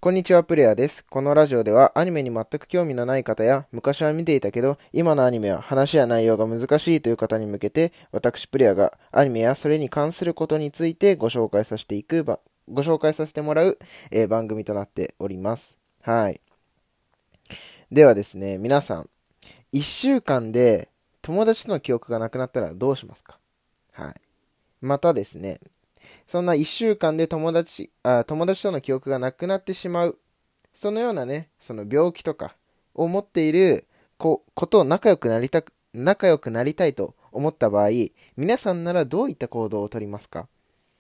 こんにちは、プレイヤーです。このラジオではアニメに全く興味のない方や昔は見ていたけど今のアニメは話や内容が難しいという方に向けて私プレイヤーがアニメやそれに関することについてご紹介させてもらう、番組となっております。はい。ではですね、皆さん、1週間で友達との記憶がなくなったらどうしますか？はい。またですね、そんな1週間で友達との記憶がなくなってしまう、そのようなね、その病気とかを持っていることを仲良くなりたいと思った場合、皆さんならどういった行動をとりますか？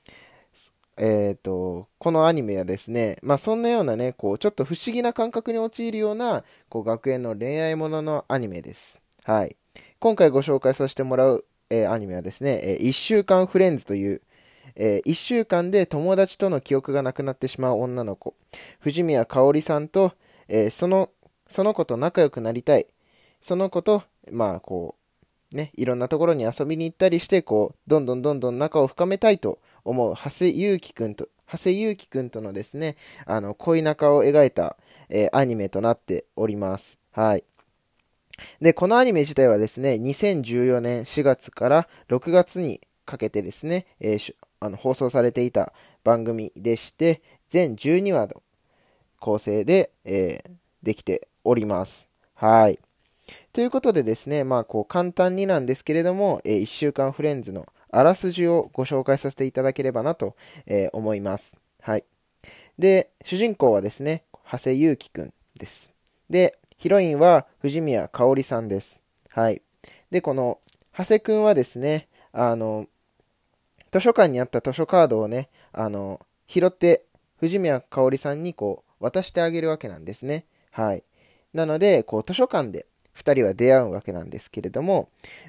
このアニメはですね、そんなようなね、ちょっと不思議な感覚に陥るような、学園の恋愛もののアニメです。はい。今回ご紹介させてもらう、アニメはですね、1週間フレンズという、1週間で友達との記憶がなくなってしまう女の子、藤宮香織さんと、その子と仲良くなりたい。その子と、いろんなところに遊びに行ったりして、どんどん仲を深めたいと思う長谷祐希くんとのですね、恋仲を描いた、アニメとなっております。はい。で、このアニメ自体はですね、2014年4月から6月にかけてですね、放送されていた番組でして、全12話の構成で、できております。はい。ということでですね、簡単になんですけれども、1週間フレンズのあらすじをご紹介させていただければなと、思います。はい。で、主人公はですね、長谷祐希くんです。で、ヒロインは藤宮香織さんです。はい。で、この長谷くんはですね、図書館にあった図書カードをね、拾って藤宮香織さんに渡してあげるわけなんですね。はい。なので、図書館で2人は出会うわけなんですけれども、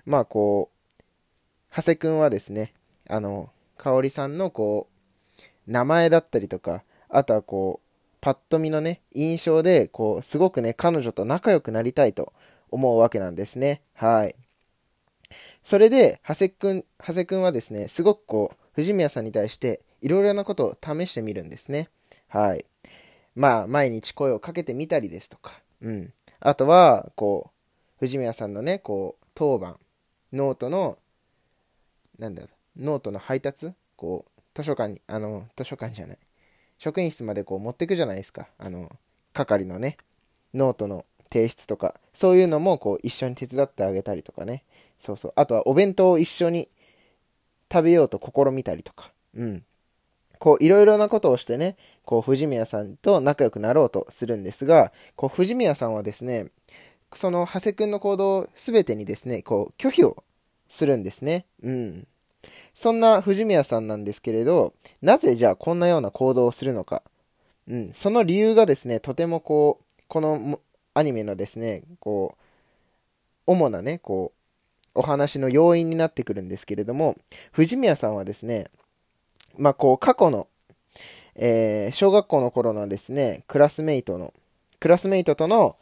長谷くんはですね、香織さんの名前だったりとか、あとはパッと見のね、印象で、すごくね、彼女と仲良くなりたいと思うわけなんですね。はい。それで、長谷くんはですね、すごく藤宮さんに対して、いろいろなことを試してみるんですね。はい。毎日声をかけてみたりですとか、うん。あとは、藤宮さんのね、当番、ノートの、なんだろノートの配達図書館じゃない。職員室まで持ってくじゃないですか。係のね、ノートの提出とか、そういうのも一緒に手伝ってあげたりとかね。そうそう。あとはお弁当を一緒に食べようと試みたりとか。うん。いろいろなことをしてね、藤宮さんと仲良くなろうとするんですが、藤宮さんはですね、その長谷くんの行動すべてにですね、拒否をするんですね。うん。そんな藤宮さんなんですけれど、なぜじゃあこんなような行動をするのか。うん。その理由がですね、とてもこのアニメのですね、主なね、お話の要因になってくるんですけれども、藤宮さんはですね、過去の、小学校の頃のですね、クラスメイトとの、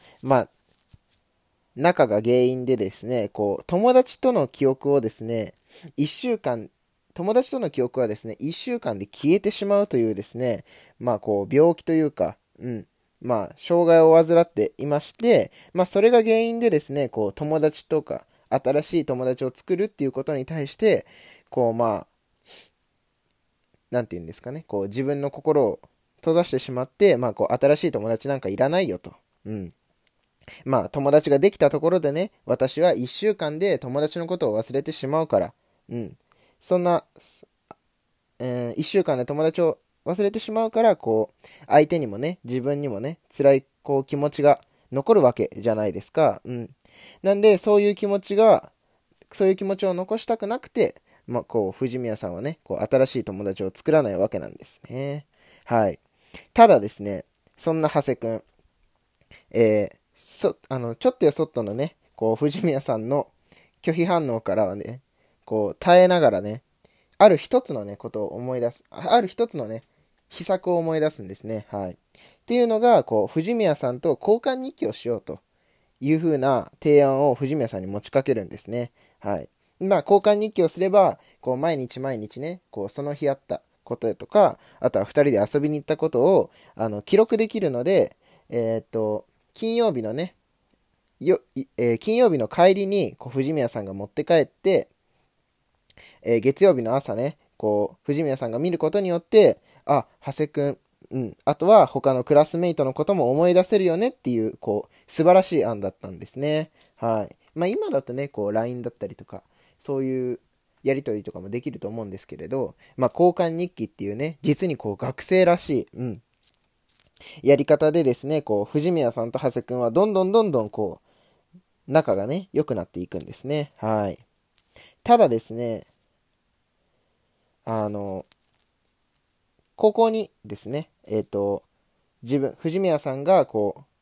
仲が原因でですね、友達との記憶をですね、一週間、友達との記憶はですね、一週間で消えてしまうというですね、病気というか、うん、障害を患っていまして、それが原因でですね、友達とか、新しい友達を作るっていうことに対して、こう、まあ、なんて言うんですかね、自分の心を閉ざしてしまって、新しい友達なんかいらないよと。うん。友達ができたところでね、私は一週間で友達のことを忘れてしまうから、うん。そんな、一週間で友達を忘れてしまうから、相手にもね、自分にもね、辛い、気持ちが残るわけじゃないですか。うん。なんで、そういう気持ちを残したくなくて、藤宮さんはね、新しい友達を作らないわけなんですね。はい。ただですね、そんな長谷くん、ちょっとやそっとのね、藤宮さんの拒否反応からはね、耐えながらね、ある一つのね、ことを思い出す、ある一つのね、秘策を思い出すんですね。はい。っていうのが、藤宮さんと交換日記をしようという風な提案を藤宮さんに持ちかけるんですね。はい。交換日記をすれば、毎日毎日ね、その日あったこととか、あとは二人で遊びに行ったことを、記録できるので、金曜日のね、金曜日の帰りに、藤宮さんが持って帰って、月曜日の朝ね、藤宮さんが見ることによって、あ、長谷くん、あとは他のクラスメイトのことも思い出せるよねっていう、素晴らしい案だったんですね。はい。今だとね、LINE だったりとか、そういうやりとりとかもできると思うんですけれど、交換日記っていうね、実に学生らしい、やり方でですね、藤宮さんと長谷くんはどんどんどんどん仲がね、良くなっていくんですね。はい。ただですね、高校にですね、藤宮さんが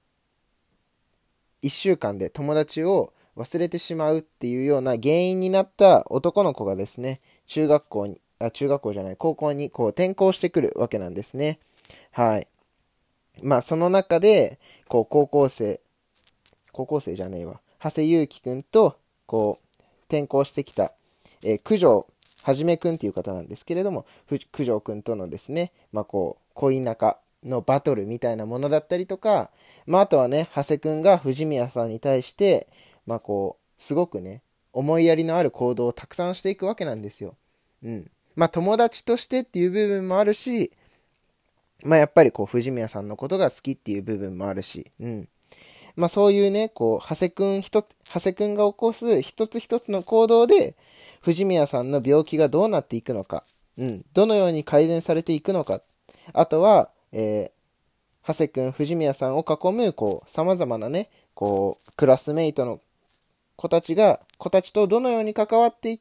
1週間で友達を忘れてしまうっていうような原因になった男の子がですね、中学校じゃない、高校に転校してくるわけなんですね。はい。その中で、高校生じゃねえわ。長谷祐希くんと、転校してきた、九条はじめくんっていう方なんですけれども、九条くんとのですね、恋仲のバトルみたいなものだったりとか、あとはね、長谷くんが藤宮さんに対して、すごくね、思いやりのある行動をたくさんしていくわけなんですよ。友達としてっていう部分もあるし、やっぱり藤宮さんのことが好きっていう部分もあるし、そういうね、長谷くんが起こす一つ一つの行動で、藤宮さんの病気がどうなっていくのか、どのように改善されていくのか、あとは、長谷くん、藤宮さんを囲む、様々なね、クラスメイトの子たちとどのように関わっていって、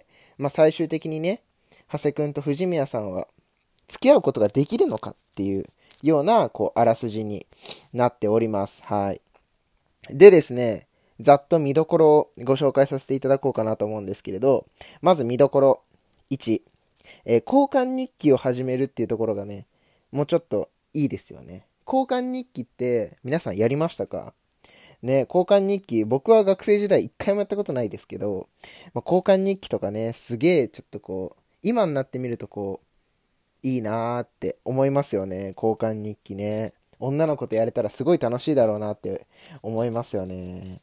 最終的にね、長谷くんと藤宮さんは付き合うことができるのかっていうような、あらすじになっております。はい。でですね、ざっと見どころをご紹介させていただこうかなと思うんですけれど、まず見どころ1、交換日記を始めるっていうところがね、もうちょっといいですよね。交換日記って皆さんやりましたかね？交換日記、僕は学生時代一回もやったことないですけど、交換日記とかね、すげえちょっと今になってみるといいなーって思いますよね。交換日記ね。女の子とやれたらすごい楽しいだろうなって思いますよね。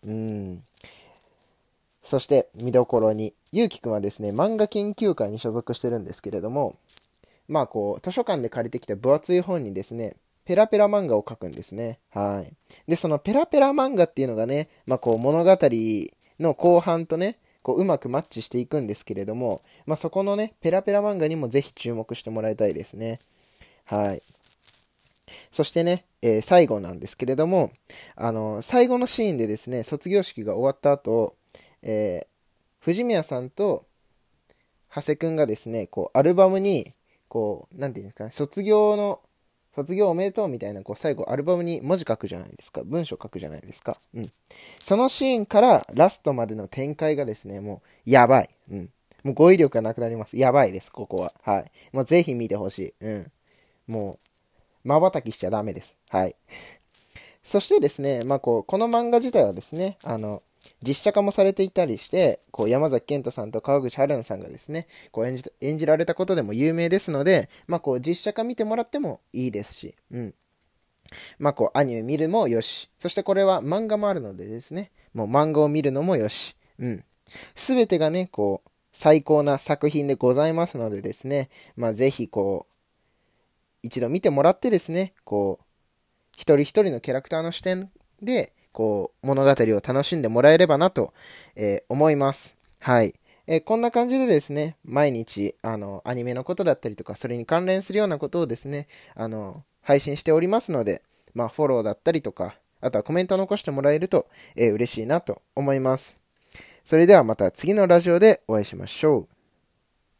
そして見どころに、ゆうきくんはですね、漫画研究会に所属してるんですけれども、図書館で借りてきた分厚い本にですね、ペラペラ漫画を描くんですね。はい。で、そのペラペラ漫画っていうのがね、物語の後半とね、うまくマッチしていくんですけれども、そこのね、ペラペラ漫画にもぜひ注目してもらいたいですね。はい。そしてね、最後なんですけれども、最後のシーンでですね、卒業式が終わった後、藤宮さんと長谷くんがですね、アルバムに、なんていうんですかね、卒業おめでとうみたいな、最後アルバムに文字書くじゃないですか。文章書くじゃないですか。そのシーンからラストまでの展開がですね、もう、やばい。もう語彙力がなくなります。やばいです、ここは。はい。もうぜひ見てほしい。もう、瞬きしちゃダメです。はい。そしてですね、この漫画自体はですね、実写化もされていたりして、山崎賢人さんと川口春奈さんがですね、演じられたことでも有名ですので、実写化見てもらってもいいですし、アニメ見るもよし、そしてこれは漫画もあるのでですね、もう漫画を見るのもよし、すべてがね、最高な作品でございますのでですね、ぜひ一度見てもらってですね、一人一人のキャラクターの視点で、物語を楽しんでもらえればなと、思います。はい。こんな感じでですね、毎日、アニメのことだったりとか、それに関連するようなことをですね、配信しておりますので、フォローだったりとか、あとはコメントを残してもらえると、嬉しいなと思います。それではまた次のラジオでお会いしましょう。